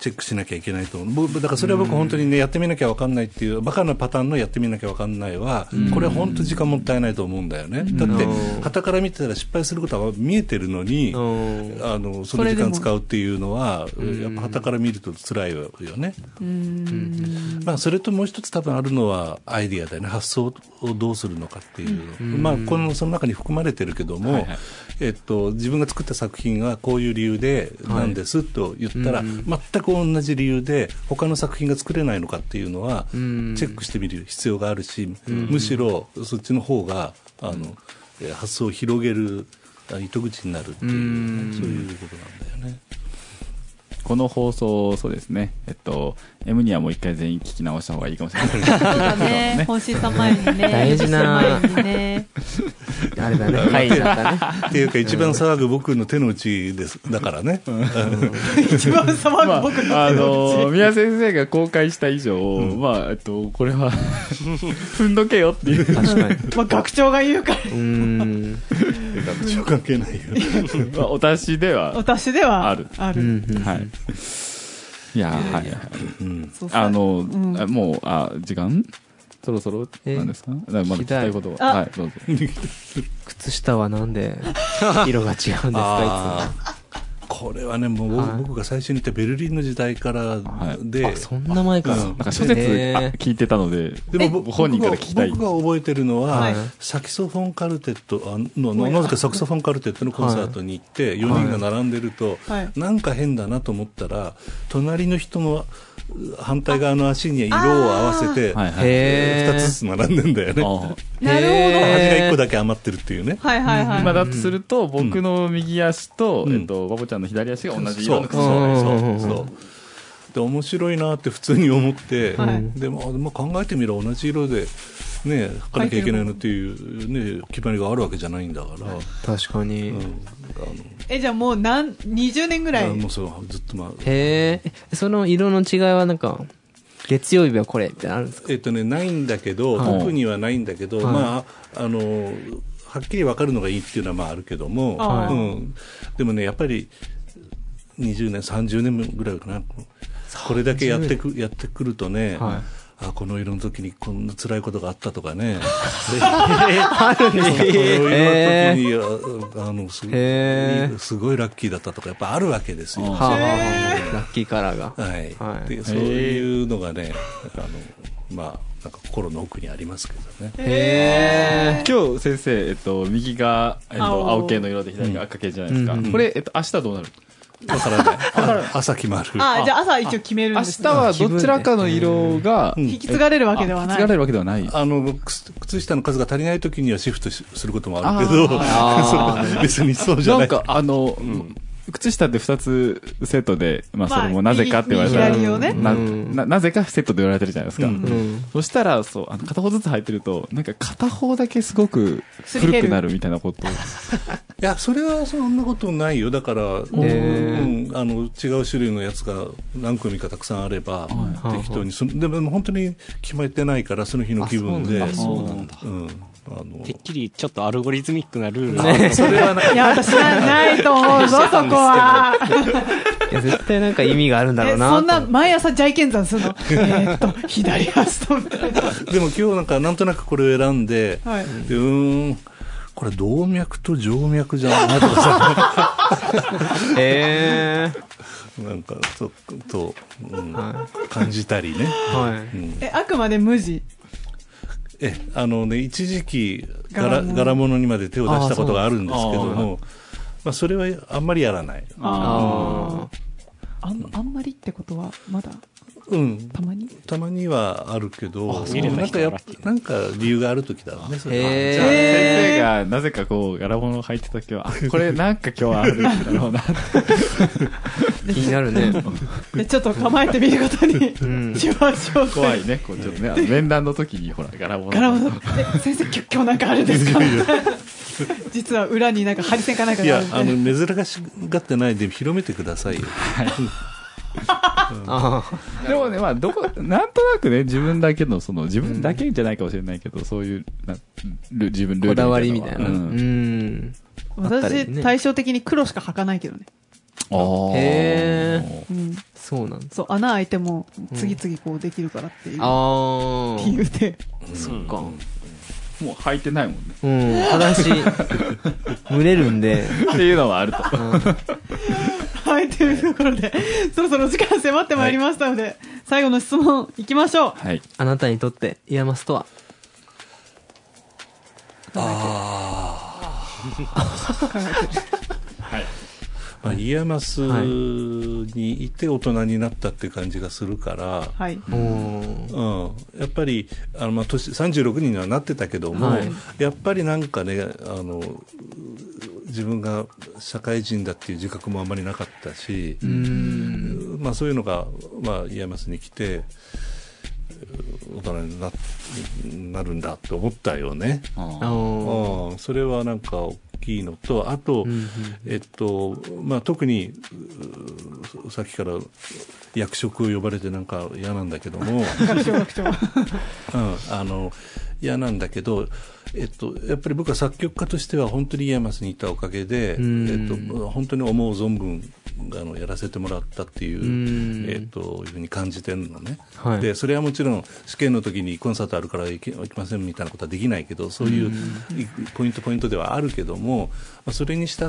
チェックしなきゃいけないと思う。だからそれは僕本当にね、やってみなきゃ分かんないっていう、バカなパターンのやってみなきゃ分かんないは、これは本当時間もったいないと思うんだよね。だって、傍から見てたら失敗することは見えてるのに、あの、その時間使うっていうのは、やっぱ傍から見ると辛いよね。まあ、それともう一つ多分あるのはアイディアだよね。発想をどうするのかっていう。まあ、この、その中に含まれてるけども、はいはい、えっと、自分が作った作品はこういう理由でなんですと言ったら、はい、全く同じ理由で他の作品が作れないのかっていうのはチェックしてみる必要があるし、むしろそっちの方があの発想を広げる糸口になるっていう、そういうことなんだよね。 この放送、そうですね。えっと、M にはもう一回全員聞き直した方がいいかもしれない。 そうだね。本審査前にね。 大事な。 前にね。 あれだね。会だったね。 っていうか、一番騒ぐ僕の手の内です。だからね。 一番騒ぐ僕の手の内。 あの、宮先生が公開した以上、まあ、えっと、これは、踏んどけよっていう。 確かに。 まあ、学長が言うから。 うん。 学長関係ないよ。 まあ、お達しでは。 お達しでは。 ある。 ある。 はい。いや、はい。あの、もう、あ、時間そろそろなんですか？まだ聞きたいことは。はい、どうぞ。 靴下はなんで色が違うんですか、いつも。 これはね、もう、はい、僕が最初に言ったベルリンの時代からで、はい、 あ、そんな前から、うん、 なんか諸説聞いてたので、でも本人から聞きたい。 僕が覚えてるのは、はい、サキソフォンカルテットの、なぜかサクソフォンカルテットのコンサートに行って、よにんが並んでると、はい、なんか変だなと思ったら、隣の人の反対側の足に色を合わせて、ふたつずつ並んでんだよね。 なるほど。 端がいっこだけ余ってるっていうね。 はいはいはい。 今だとすると、僕の右足と、えっと、バボちゃんの左足が同じ色の靴下。 そうそう。で、面白いなって普通に思って、でも、考えてみれば同じ色で、ね、書かなきゃいけないのっていうね、決まりがあるわけじゃないんだから。 確かに。うん、 え、じゃあもう何、にじゅうねんぐらい？ もうそう、ずっとまあ。 へえ、その色の違いはなんか、月曜日はこれってあるんですか？ えっとね、ないんだけど、はい、特にはないんだけど、はい、まあ、あの、はっきり分かるのがいいっていうのはまああるけども、はい、うん、でもね、やっぱりにじゅうねん、さんじゅうねんぐらいかな。これだけやってく、やってくるとね、はい、あ、この色の時にこんな辛いことがあったとかね。あるんですか？この色の時に、あの、すごい、すごいラッキーだったとか、やっぱあるわけですよ。 はあはあ、ラッキーカラーが。 はい。はい、でそういうのがね、あの、まあ、なんか心の奥にありますけどね。 へー。今日先生、えっと、右が、えっと、青系の色で左が赤系じゃないですか。うん、これ、えっと、明日どうなる？ わからない。朝決まる。 あ、じゃあ朝一応決めるんですね。明日はどちらかの色が、 引き継がれるわけではない。 引き継がれるわけではない。 あの、靴下の数が足りない時にはシフトすることもあるけど、別にそうじゃない。 なんか、あの、靴下って二つセットで、まあそれもなぜかって言われたら、な、な、なぜかセットで言われてるじゃないですか。そしたら、そう、あの、片方ずつ履いてると、なんか片方だけすごく古くなるみたいなこと。 いや、それはそんなことないよ。だから、うん、あの、違う種類のやつが何組かたくさんあれば、適当に、でも本当に決まってないから、その日の気分で。 そうなんだ。うん。あのてっきりちょっとアルゴリズミックなルールね、それはない。いや、私はないと思うぞ、そこは。 いや、絶対なんか意味があるんだろうな。 そんな、毎朝ジャイケンザンするの。えっと、左足とみたいな。 でも今日なんか、なんとなくこれを選んで、はい、でうーん、これ動脈と静脈じゃないとかさ。 えー。なんか、ちょっと、うん、はい、感じたりね。 はい。うん、え、あくまで無地。 え、あのね、一時期柄、柄物にまで手を出したことがあるんですけども、まあ、それはあんまりやらない。 ああ、うん、あんまりってことは、まだうん。 たまにたまにはあるけど、なんかやっぱ、なんか理由があるときだろうね、それは。 じゃあ、先生がなぜかこう、柄物を履いてたときは、あ、これなんか今日はあるんだろうなって。 気になるね。 で、ちょっと構えてみることにしましょう。 怖いね、こうちょっとね、面談の時に、ほら、柄物。 柄物。え、先生、今日なんかあるんですか？実は裏になんか針線かなんかがあるんで。 いや、あの、珍しがってないで広めてくださいよ。はい。 うん、でもね、まあ、どこ、なんとなくね、自分だけの、その、自分だけじゃないかもしれないけど、そういう、なル自分ルールこだわりみたいな。うん。 うん、私、ね、対照的に黒しか履かないけどね。 あーへうん。 そうなんだ。 そう、穴開いても次々こうできるからっていう、 あ理由で。 そっか。 もう履いてないもんね。 うん。裸足、蒸れるんで。 っていうのはあると。 はい、というところで、そろそろ時間迫ってまいりましたので、最後の質問いきましょう。 はい。 あなたにとってイヤマスとは？ はい。 まあ、イヤマスにいて大人になったって感じがするから、 はい。 おーうん、やっぱりあの、まあ、年さんじゅうろくにんにはなってたけども、 はいやっぱりなんかねあの自分が社会人だっていう自覚もあんまりなかったし、 うーん。 まあ、そういうのが、まあ、イヤマスに来て大人に な, なるんだと思ったよね。 ああーーうん、それはなんか大きいのと、あと、 うんうんえっとまあ、特にうさっきから役職を呼ばれてなんか嫌なんだけども、 学長学長。 うん、あの嫌なんだけど、えっと、やっぱり僕は作曲家としては本当にイヤマスにいたおかげで、 うんえっと、本当に思う存分あのやらせてもらったっていう、 うんえっと、いうふうに感じてるのね。 はい。 でそれはもちろん試験の時にコンサートあるから行け行きませんみたいなことはできないけど、そういういポイントポイントではあるけども、まあそれにしたって、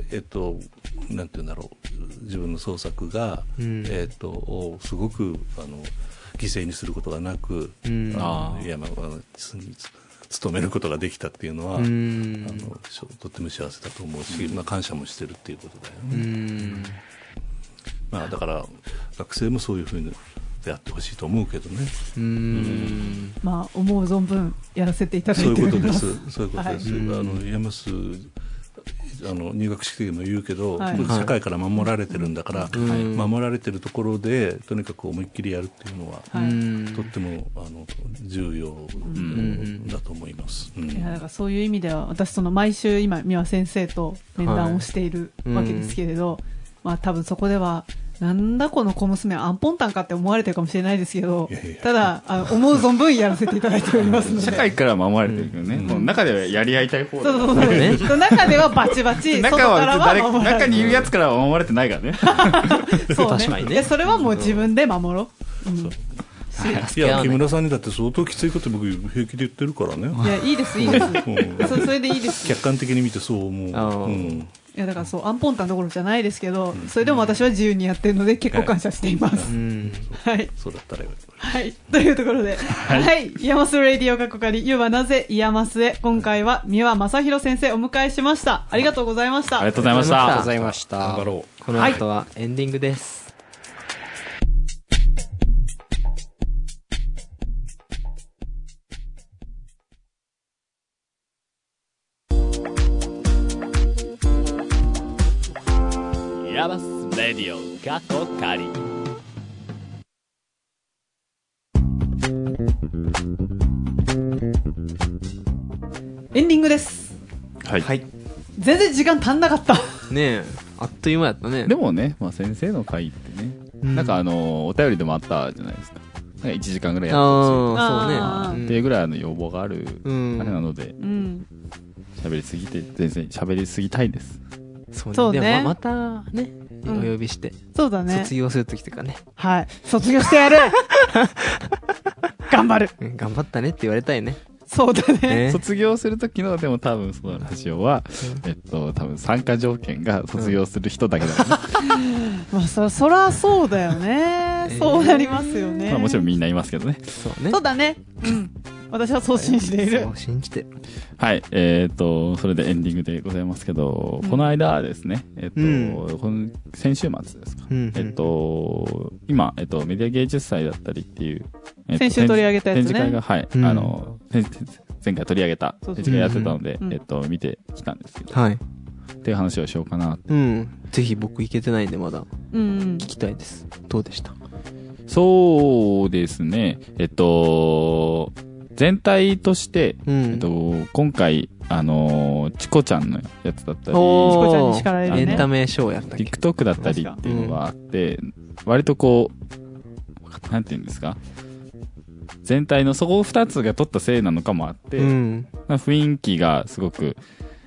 えっと、なんていうんだろう、自分の創作が、 うんえっと、をすごくあの犠牲にすることがなく、 うんあのいやまああのつつ務めることができたっていうのは、 うあん。 のしょとっても幸せだと思うし、まあ、感謝もしてるっていうことだようね。 ん。 まあ、だから学生もそういうふうにやってほしいと思うけどね。 うん。 まあ、思う存分やらせていただそういております。 いうことです。そういうことです。 はいあのイヤマスあの入学式でも言うけど、 はい社会から守られてるんだから、 うん守られてるところでとにかく思いっきりやるっていうのは、 はいうんとってもあの重要んだと思います。うんいやだからそういう意味では私その毎週今三輪先生と面談をしているわけですけれど、まあ多分そこではなんだこの小娘はアンポンタンかって思われてるかもしれないですけど、 いやいやただあの思う存分やらせていただいておりますので社会から守られてるけどね、 うんこの中ではやり合いたい方そうだそうそうねそう中ではバチバチ外中はからは誰守られて中にいるやつからは守られてないからね。 そうね確かにねでそれはもう自分で守ろう、うんいや木村さんにだって相当きついこと僕平気で言ってるからね。 いやいいですいいですうんそそれでいいです客観的に見てそう思う。 あーうんいやだからそうアンポンタンどころじゃないですけど、それでも私は自由にやってるので結構感謝しています、 うん。 はいそうだったらよはい。というところで、はい。イヤマスレディオ過去仮、ゆうはなぜイヤマスへ、今回は三輪正宏先生お迎えしました。ありがとうございました。 ありがとうございましありがとうた。 ございました。 頑張ろう。 この後はエンディングです。 ヤマスレディオ過去仮。 エンディングです。 はい。 はい。 全然時間足んなかった。 ねえ、あっという間やったね。 でもね、まあ先生の会ってね、 うんなんかあの、お便りでもあったじゃないですか。なんかいちじかんぐらいやってあほあ、そうね。 あーしいっていうぐらいの要望がある、 うんあれなので、 うん。 喋りすぎて、全然喋りすぎたいです。 そうね。 そうねでもままたね、おうん呼びして、 そうだね卒。業するときとかね、 はい。卒業してやる頑張る。 うん頑張ったねって言われたいね。 そうだね。 ね卒業するときの、でも多分そのラジオは、えっと、多分参加条件が卒業する人だけだもんね。 まあ、そ、そらそうだよね。 えーそうなりますよね。 まあもちろんみんないますけどね。 そうね。 そうだね。うん。私はそう信じているそ。う信じてる。 はい、えっ、と、それでエンディングでございますけど、この間ですね、えっ、と、 うんこの先週末ですか。 うんえっ、と、今、えっ、と、メディア芸術祭だったりっていう、えっと先週取り上げたやつね展示会が、はい、 うんあの、前前回取り上げたそうそう展示会やってたので、 うんえっ、と、見てきたんですけど、 はい。 っていう話をしようかな。 うん。ぜひ僕行けてないんでまだうんうん聞。きたいです。どうでした？ そうですね、えっ、と、全体として、 うん。 えっと、今回、あのー、チコちゃんのやつだったり、 おーチコちゃんに叱られるねエンタメショーやったっけ？ TikTok だったりっていうのがあって、割とこう、なんていうんですか、全体のそこ二つが取ったせいなのかもあって、 うん。 まあ雰囲気がすごく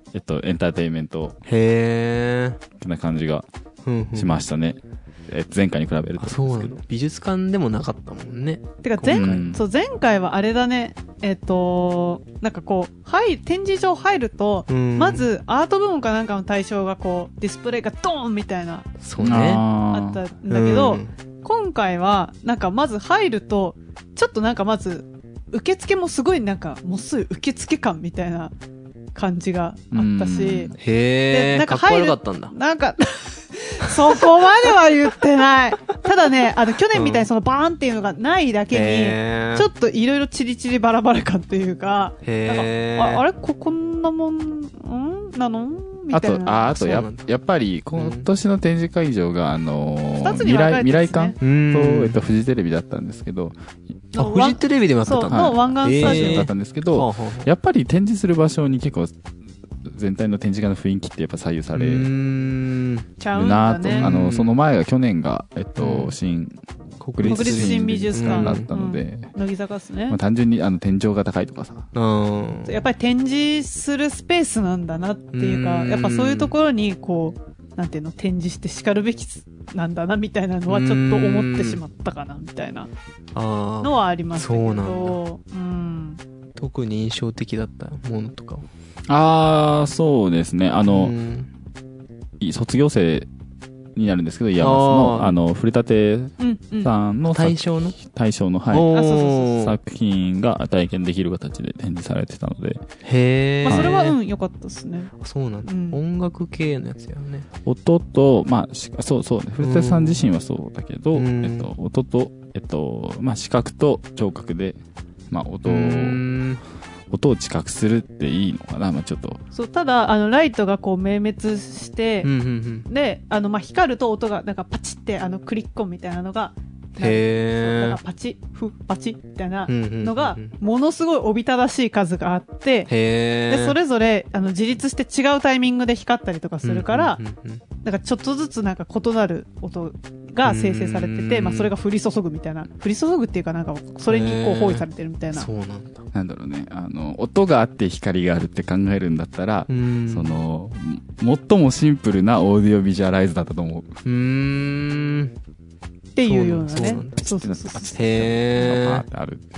えっと、エンターテインメントへー。 な感じがうんうん。 しましたね。え前回に比べるとあ、そうなんだ。美術館でもなかったもんね。 てか前、 うんそう前回はあれだね、えっと、なんかこう、入る、展示場入ると、 うんまずアート部門かなんかの対象がこう、ディスプレイがドーンみたいな、 そうね。 あったんだけど、 うん今回は、なんかまず入ると、ちょっとなんかまず、受付もすごいなんか、もうすぐ受付感みたいな感じがあったし、 へでー。かっこ悪かったんだ。 なんか、そこまでは言ってない。ただね、あの、去年みたいにそのバーンっていうのがないだけへーに、ちょっといろいろチリチリバラバラ感というか、 へー。 なんかああれこ、こんなもん、んなのみあと、 たいな。 あ、あとやそうなんだ、 やっぱり、今年の展示会場が、あのー、 二つに未来、 分かれてるん未来ですね館うんと、えっと、フジテレビだったんですけど、 あ、フジテレビでもやってたそう、 んだ。 の湾岸スタジオ。 えーだったんですけはあど、 はあはあやっぱり展示する場所に結構、全体の展示会の雰囲気ってやっぱ左右されうーるん。 ちゃうんなと、 だね。 あの、その前が去年が、えっと、 うん新、国立国立新美術館だったので、 乃木坂っすねまあ、。単純にあの天井が高いとかさ、 うん。 やっぱり展示するスペースなんだなっていうか、 うんやっぱそういうところに、こう、なんていうの、展示して叱るべきなんだな、みたいなのはちょっと思ってしまったかな、みたいなああ。 のはありましたけど。 そうなんうん。 特に印象的だったものとかは。 あー、そうですね。あの、 うんい卒業生になるんですけど、イヤマスの、 あーあの、古舘うん、うん。 さんの作対象の対象の、はい、 おーあそうそうそう作品が体験できる形で展示されてたので、 へえ。 まあ、それは、うん、良かったですね。 そうなんだ。 うん音楽系のやつやよね。 音と、まあ、しそうそうね、古舘さん自身はそうだけど、 うんえっと、音と、えっと、まあ、視覚と聴覚で、まあ、音うーを、 ん。 音を知覚するっていいのかな、まあ、ちょっと。 そう、ただ、あの、ライトがこう、明滅してうん、うんうん。 で、あの、まあ、光ると音が、なんかパチって、あの、クリック音みたいなのが、 へーなんかパチ、フ、パチみたいなうんうんうんうんのが、ものすごいおびただしい数があって、 へー。 で、それぞれ、あの、自立して違うタイミングで光ったりとかするから、 うんうんうんうんなんかちょっとずつなんか異なる音が生成されてて、 うんまあそれが降り注ぐみたいな、降り注ぐっていうかなんか、それにこうへー包囲されてるみたいな。 そうなんだ。 なんだろうね、あの、音があって光があるって考えるんだったら、 うんその、最もシンプルなオーディオビジュアライズだったと思う。 うーん。 っていうようなねそうなんだ。 そうそうそうそう。っへーパーってある。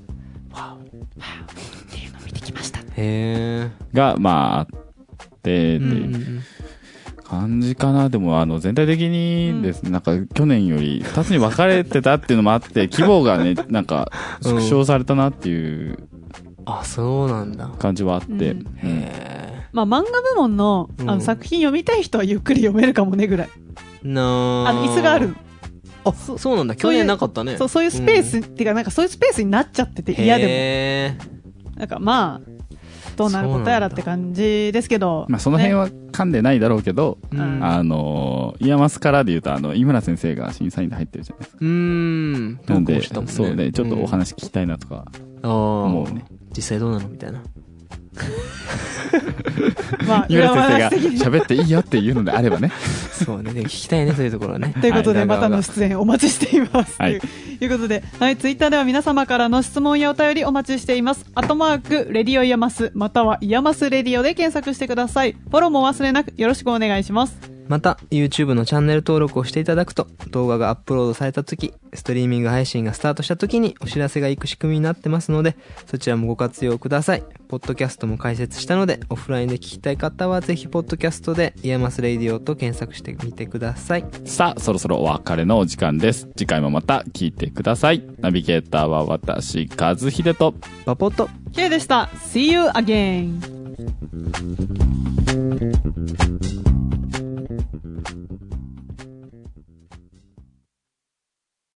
ていうのを見てきました。 へが、まあ、あって、 うんっていう感じかな。でも、あの、全体的にですね、なんか、去年より二つに分かれてたっていうのもあって、規模がね、なんか、縮小されたなっていうあ、そうなんだ。 感じはあって、 うんうんへまあ漫画部門のあうんの作品読みたい人はゆっくり読めるかもねぐらい。 ー。なーあの、椅子がある。 あ、そうなんだ。去年なかったね。 そう、そういうスペース、っていうかなんかそういうスペースになっちゃってて嫌でへーも。なんかまあ、どうなることやらって感じですけど。 まあ、その辺ねは噛んでないだろうけど、 うんあの、イヤマスからで言うと、あの、井村先生が審査員で入ってるじゃないですか。 うーん。 なんで、 投稿してたもんねそうね、ちょっとおうん話聞きたいなとかあー思うね。 実際どうなのみたいな。 まあ、 井村先生が裏話的に喋っていいよっていうのであればね。 そうね。でも聞きたいね、そういうところはね。 ということで、 はいまたの出演お待ちしています。 はいということで、はい、ツイッターでは皆様からの質問やお便りお待ちしています。アットマーク、レディオイヤマス、またはイヤマスレディオで検索してください。フォローもお忘れなくよろしくお願いします。 また、YouTube のチャンネル登録をしていただくと、動画がアップロードされた時、ストリーミング配信がスタートした時にお知らせが行く仕組みになってますので、そちらもご活用ください。ポッドキャストも開設したので、オフラインで聞きたい方はぜひポッドキャストでイヤマスレディオと検索してみてください。 さあ、そろそろお別れのお時間です。次回もまた聞いてください。ナビゲーターは私、和秀と、 バポットケイでした。See you again!